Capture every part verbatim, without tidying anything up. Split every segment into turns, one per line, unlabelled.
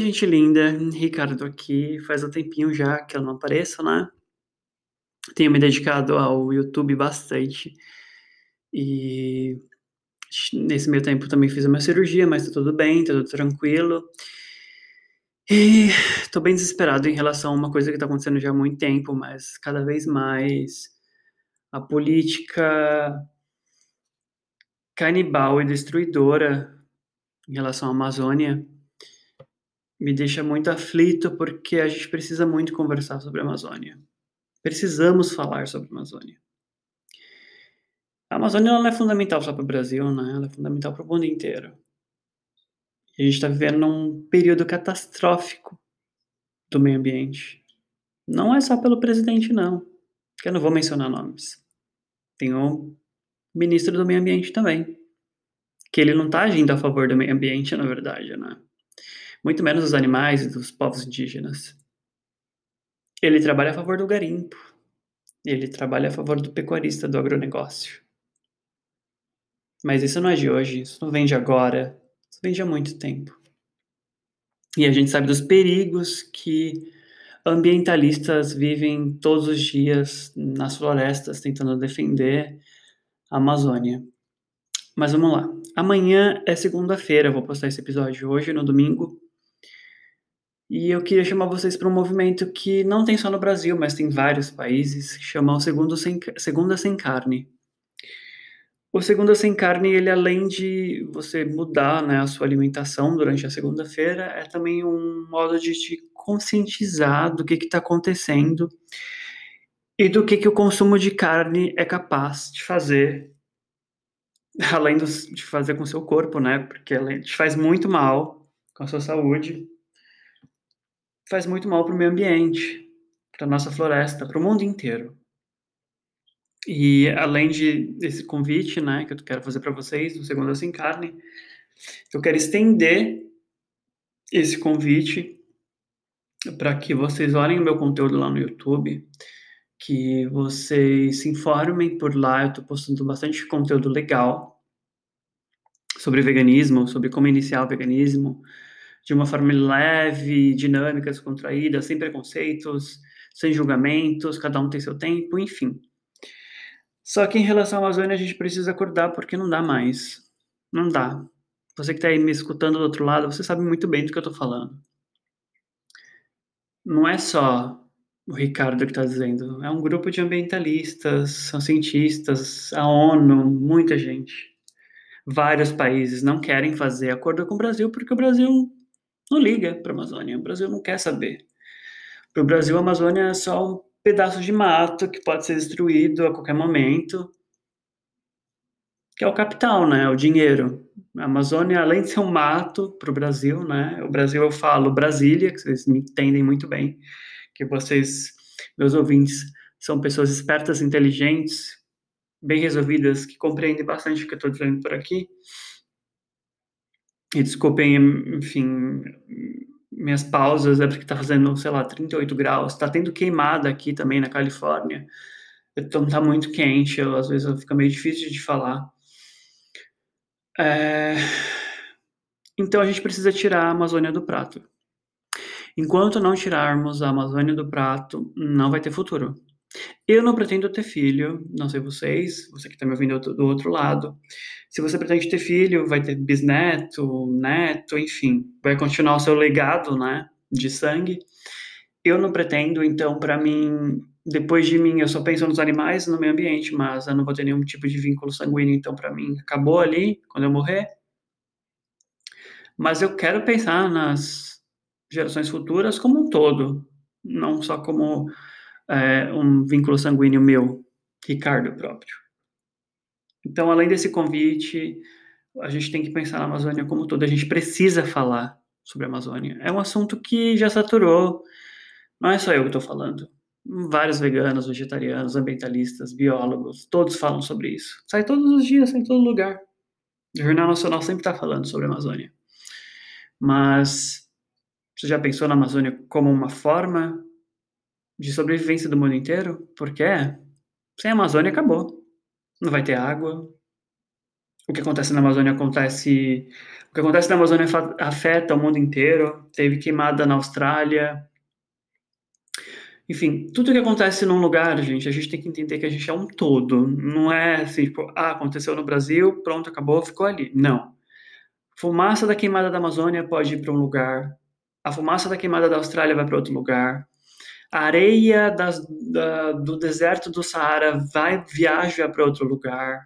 gente linda, Ricardo aqui. Faz um tempinho já que eu não apareço, né? Tenho me dedicado ao YouTube bastante e nesse meio tempo também fiz uma cirurgia, mas tá tudo bem, tá tudo tranquilo. E tô bem desesperado em relação a uma coisa que tá acontecendo já há muito tempo, mas cada vez mais a política canibal e destruidora em relação à Amazônia me deixa muito aflito porque a gente precisa muito conversar sobre a Amazônia. Precisamos falar sobre a Amazônia. A Amazônia ela não é fundamental só para o Brasil, né? Ela é fundamental para o mundo inteiro. E a gente está vivendo num período catastrófico do meio ambiente. Não é só pelo presidente, não. Que eu não vou mencionar nomes. Tem o ministro do meio ambiente também. Que ele não está agindo a favor do meio ambiente, na verdade, né? Muito menos dos animais e dos povos indígenas. Ele trabalha a favor do garimpo. Ele trabalha a favor do pecuarista, do agronegócio. Mas isso não é de hoje, isso não vem de agora, isso vem de há muito tempo. E a gente sabe dos perigos que ambientalistas vivem todos os dias nas florestas tentando defender a Amazônia. Mas vamos lá. Amanhã é segunda-feira, eu vou postar esse episódio hoje, no domingo. E eu queria chamar vocês para um movimento que não tem só no Brasil, mas tem em vários países, que chama o Segundo Sem, Segunda Sem Carne. O Segunda Sem Carne, ele além de você mudar, né, a sua alimentação durante a segunda-feira, é também um modo de te conscientizar do que está acontecendo e do que, que o consumo de carne é capaz de fazer, além dos, de fazer com o seu corpo, né? Porque ela te faz muito mal com a sua saúde, faz muito mal para o meio ambiente, para a nossa floresta, para o mundo inteiro. E além de desse convite, né, que eu quero fazer para vocês, do Segunda Sem Carne, eu quero estender esse convite para que vocês olhem o meu conteúdo lá no YouTube, que vocês se informem por lá. Eu estou postando bastante conteúdo legal sobre veganismo, sobre como iniciar o veganismo, de uma forma leve, dinâmica, descontraída, sem preconceitos, sem julgamentos, cada um tem seu tempo, enfim. Só que em relação à Amazônia, a gente precisa acordar porque não dá mais. Não dá. Você que está aí me escutando do outro lado, você sabe muito bem do que eu estou falando. Não é só o Ricardo que está dizendo, é um grupo de ambientalistas, são cientistas, a ONU, muita gente. Vários países não querem fazer acordo com o Brasil porque o Brasil não liga para a Amazônia, o Brasil não quer saber. Para o Brasil, a Amazônia é só um pedaço de mato que pode ser destruído a qualquer momento, que é o capital, né? O dinheiro. A Amazônia, além de ser um mato para o Brasil, né? O Brasil, eu falo Brasília, que vocês me entendem muito bem, que vocês, meus ouvintes, são pessoas espertas, inteligentes, bem resolvidas, que compreendem bastante o que eu estou dizendo por aqui. E desculpem, enfim, minhas pausas, é porque está fazendo, sei lá, trinta e oito graus, está tendo queimada aqui também na Califórnia, então está muito quente, eu, às vezes fica meio difícil de falar. É... Então a gente precisa tirar a Amazônia do prato. Enquanto não tirarmos a Amazônia do prato, não vai ter futuro. Eu não pretendo ter filho, não sei vocês, você que está me ouvindo do outro lado. Se você pretende ter filho, vai ter bisneto, neto, enfim, vai continuar o seu legado, né, de sangue. Eu não pretendo, então, para mim, depois de mim, eu só penso nos animais, no meio ambiente, mas eu não vou ter nenhum tipo de vínculo sanguíneo, então, para mim, acabou ali, quando eu morrer. Mas eu quero pensar nas gerações futuras como um todo, não só como é, um vínculo sanguíneo meu, Ricardo próprio. Então, além desse convite, a gente tem que pensar na Amazônia como um todo. A gente precisa falar sobre a Amazônia. É um assunto que já saturou. Não é só eu que estou falando. Vários veganos, vegetarianos, ambientalistas, biólogos, todos falam sobre isso. Sai todos os dias, sai em todo lugar. O Jornal Nacional sempre está falando sobre a Amazônia. Mas você já pensou na Amazônia como uma forma de sobrevivência do mundo inteiro? Porque sem a Amazônia acabou. Não vai ter água. o que acontece na Amazônia acontece... O que acontece na Amazônia afeta o mundo inteiro. Teve queimada na Austrália. Enfim, tudo que acontece num lugar, gente, a gente tem que entender que a gente é um todo. Não é assim, tipo, ah, aconteceu no Brasil, pronto, acabou, ficou ali. Não. Fumaça da queimada da Amazônia pode ir para um lugar. A fumaça da queimada da Austrália vai para outro lugar. A areia das, da, do deserto do Saara vai, viaja para outro lugar.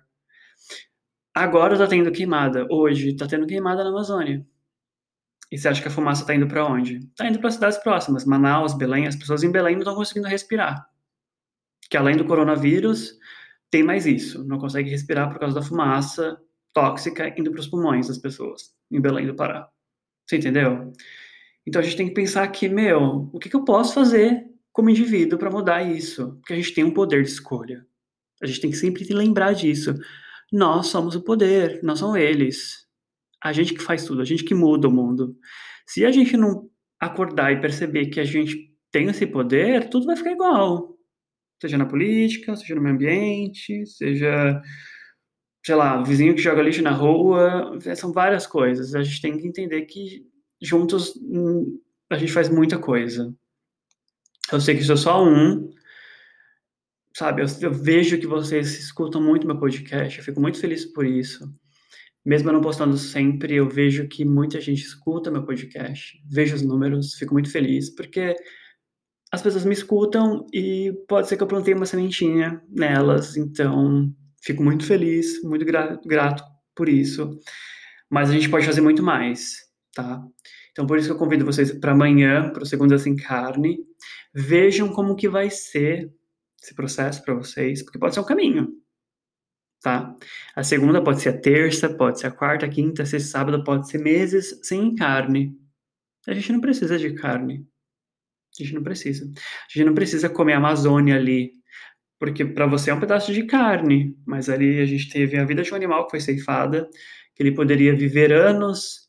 Agora tá tendo queimada. Hoje tá tendo queimada na Amazônia. E você acha que a fumaça tá indo para onde? Tá indo para cidades próximas, Manaus, Belém. As pessoas em Belém não estão conseguindo respirar. Que além do coronavírus, tem mais isso. Não consegue respirar por causa da fumaça tóxica indo para os pulmões das pessoas em Belém do Pará. Você entendeu? Então a gente tem que pensar que, meu, o que, que eu posso fazer como indivíduo para mudar isso? Porque a gente tem um poder de escolha. A gente tem que sempre lembrar disso. Nós somos o poder, não são eles. A gente que faz tudo, a gente que muda o mundo. Se a gente não acordar e perceber que a gente tem esse poder, tudo vai ficar igual. Seja na política, seja no meio ambiente, seja, sei lá, vizinho que joga lixo na rua, são várias coisas. A gente tem que entender que juntos hum, a gente faz muita coisa. Eu sei que isso é só um, sabe? Eu, eu vejo que vocês escutam muito meu podcast, eu fico muito feliz por isso. Mesmo eu não postando sempre, eu vejo que muita gente escuta meu podcast, vejo os números, fico muito feliz, porque as pessoas me escutam e pode ser que eu plantei uma sementinha nelas, então fico muito feliz, muito gra grato por isso. Mas a gente pode fazer muito mais, tá? Então por isso que eu convido vocês para amanhã, para o Segunda Sem Carne, vejam como que vai ser esse processo para vocês, porque pode ser um caminho, tá? A segunda pode ser a terça, pode ser a quarta, a quinta, sexta, sábado, pode ser meses sem carne. A gente não precisa de carne. A gente não precisa. A gente não precisa comer a Amazônia ali, porque para você é um pedaço de carne, mas ali a gente teve a vida de um animal que foi ceifada, que ele poderia viver anos,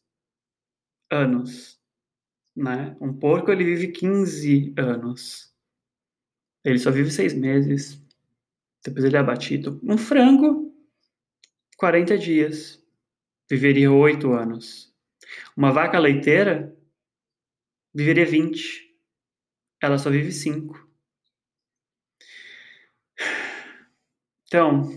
anos, né? Um porco ele vive quinze anos. Ele só vive seis meses. Depois ele é abatido. Um frango, quarenta dias. Viveria oito anos. Uma vaca leiteira viveria vinte. Ela só vive cinco. Então,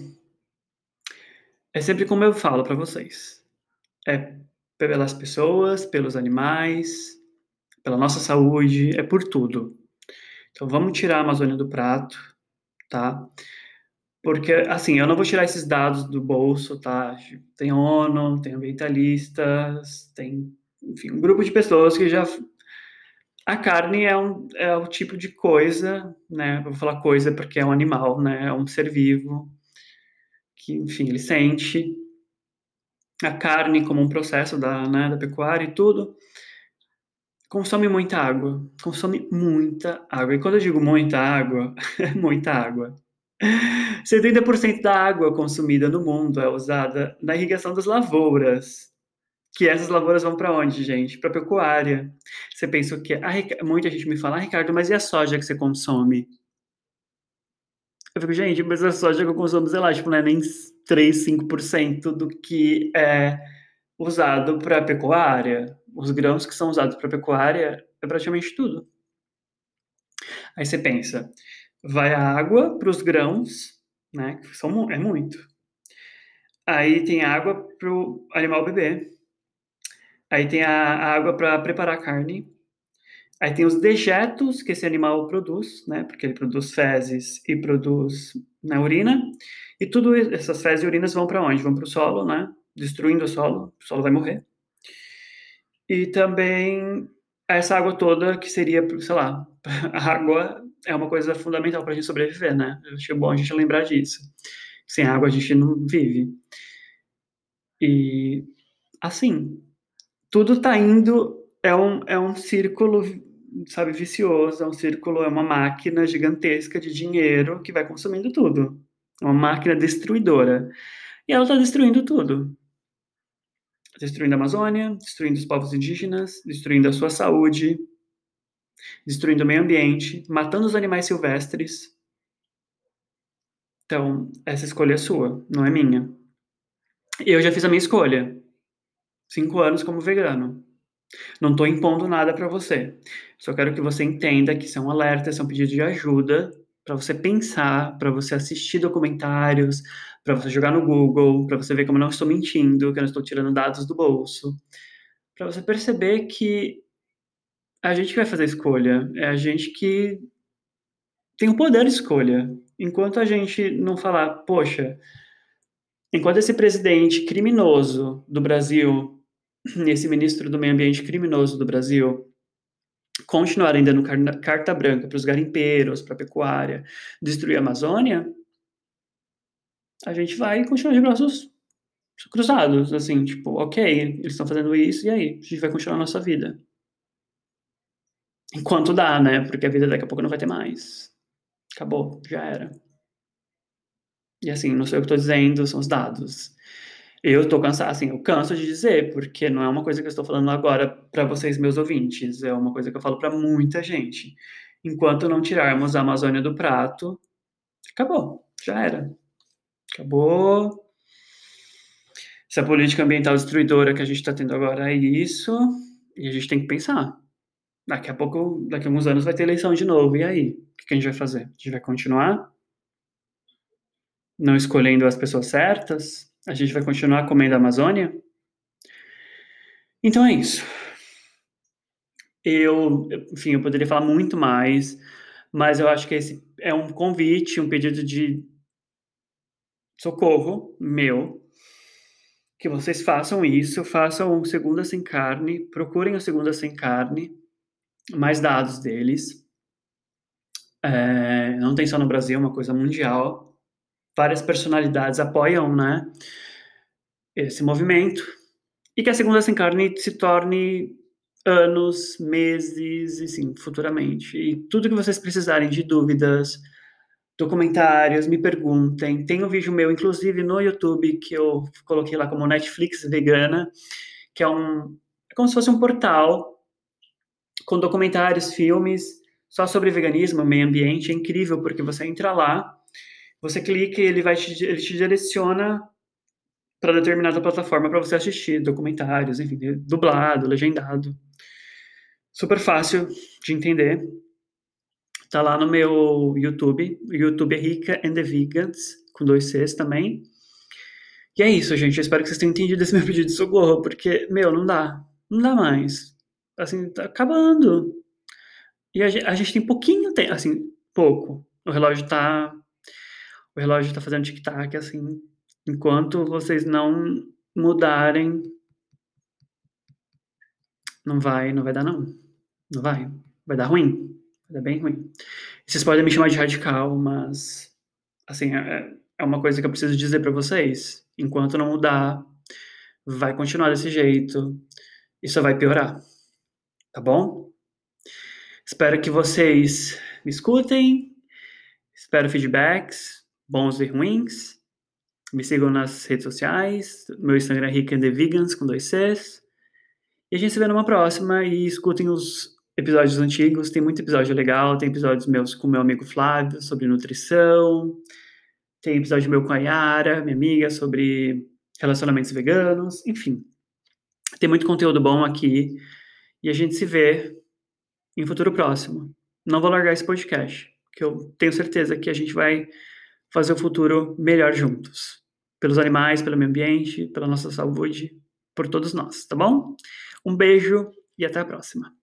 é sempre como eu falo para vocês. É pelas pessoas, pelos animais, pela nossa saúde, é por tudo. Então vamos tirar a Amazônia do prato, tá? Porque, assim, eu não vou tirar esses dados do bolso, tá? Tem ONU, tem ambientalistas, tem, enfim, um grupo de pessoas que já... A carne é, um, é o tipo de coisa, né? Eu vou falar coisa porque é um animal, né? É um ser vivo que, enfim, ele sente. A carne como um processo da, né, da pecuária e tudo, consome muita água. Consome muita água. E quando eu digo muita água, é muita água. setenta por cento da água consumida no mundo é usada na irrigação das lavouras. Que essas lavouras vão para onde, gente? Para pecuária. Você pensa o quê? Ah, muita gente me fala, ah, Ricardo, mas e a soja que você consome? Eu fico, gente, mas a soja que eu consumo, sei lá, tipo, não é nem três, cinco por cento do que é usado para pecuária. Os grãos que são usados para pecuária é praticamente tudo. Aí você pensa, vai a água para os grãos, né? Que são, é muito. Aí tem água para o animal beber. Aí tem a, a água para preparar a carne. Aí tem os dejetos que esse animal produz, né? Porque ele produz fezes e produz na urina. E tudo essas fezes e urinas vão para onde? Vão para o solo, né? Destruindo o solo, o solo vai morrer. E também essa água toda que seria, sei lá, a água é uma coisa fundamental para a gente sobreviver, né? Eu acho bom a gente lembrar disso. Sem água a gente não vive. E, assim, tudo tá indo, é um, é um círculo, sabe, vicioso, é um círculo, é uma máquina gigantesca de dinheiro que vai consumindo tudo. É uma máquina destruidora. E ela tá destruindo tudo. Destruindo a Amazônia, destruindo os povos indígenas, destruindo a sua saúde, destruindo o meio ambiente, matando os animais silvestres. Então, essa escolha é sua, não é minha. Eu já fiz a minha escolha. Cinco anos como vegano. Não tô impondo nada pra você. Só quero que você entenda que isso é um alerta, isso é um pedido de ajuda pra você pensar, pra você assistir documentários, pra você jogar no Google, pra você ver como eu não estou mentindo, que eu não estou tirando dados do bolso, pra você perceber que a gente que vai fazer a escolha, é a gente que tem o poder de escolha. Enquanto a gente não falar, poxa, enquanto esse presidente criminoso do Brasil, esse ministro do meio ambiente criminoso do Brasil, continuarem dando carta branca para os garimpeiros, para a pecuária, destruir a Amazônia, a gente vai continuar de braços cruzados, assim, tipo, ok, eles estão fazendo isso, e aí? A gente vai continuar a nossa vida. Enquanto dá, né? Porque a vida daqui a pouco não vai ter mais. Acabou, já era. E assim, não sei o que eu tô dizendo, são os dados. Eu tô cansado, assim, eu canso de dizer, porque não é uma coisa que eu estou falando agora para vocês, meus ouvintes, é uma coisa que eu falo para muita gente. Enquanto não tirarmos a Amazônia do prato, acabou, já era. Acabou. Essa política ambiental destruidora que a gente está tendo agora é isso, e a gente tem que pensar. Daqui a pouco, daqui a alguns anos vai ter eleição de novo, e aí? O que a gente vai fazer? A gente vai continuar não escolhendo as pessoas certas? A gente vai continuar comendo a Amazônia? Então é isso. Eu, enfim, eu poderia falar muito mais, mas eu acho que esse é um convite, um pedido de socorro meu, que vocês façam isso, façam o Segunda Sem Carne, procurem o Segunda Sem Carne, mais dados deles. É, não tem só no Brasil, é uma coisa mundial. Várias personalidades apoiam, né, esse movimento. E que a Segunda Sem Carne se torne anos, meses, e sim, futuramente. E tudo que vocês precisarem de dúvidas, documentários, me perguntem. Tem um vídeo meu, inclusive, no YouTube, que eu coloquei lá como Netflix Vegana, que é um... é como se fosse um portal com documentários, filmes, só sobre veganismo, meio ambiente. É incrível, porque você entra lá, você clica e ele, vai te, ele te direciona para determinada plataforma para você assistir documentários, enfim, dublado, legendado. Super fácil de entender. Tá lá no meu YouTube. O YouTube é Rica and the Vegans, com dois Cs também. E é isso, gente. Eu espero que vocês tenham entendido esse meu pedido de socorro, porque, meu, não dá. Não dá mais. Assim, tá acabando. E a gente, a gente tem pouquinho tempo, assim, pouco. O relógio tá. O relógio tá fazendo tic-tac, assim. Enquanto vocês não mudarem, não vai, não vai dar, não. Não vai. Vai dar ruim. Vai dar bem ruim. Vocês podem me chamar de radical, mas, assim, é, é uma coisa que eu preciso dizer pra vocês. Enquanto não mudar, vai continuar desse jeito. E só vai piorar. Tá bom? Espero que vocês me escutem. Espero feedbacks, bons e ruins. Me sigam nas redes sociais. Meu Instagram é Rick and the Vegans, com dois Cs. E a gente se vê numa próxima. E escutem os episódios antigos. Tem muito episódio legal. Tem episódios meus com meu amigo Flávio sobre nutrição. Tem episódio meu com a Yara, minha amiga, sobre relacionamentos veganos. Enfim, tem muito conteúdo bom aqui. E a gente se vê em futuro próximo. Não vou largar esse podcast, que eu tenho certeza que a gente vai fazer o futuro melhor juntos. Pelos animais, pelo meio ambiente, pela nossa saúde, por todos nós, tá bom? Um beijo e até a próxima.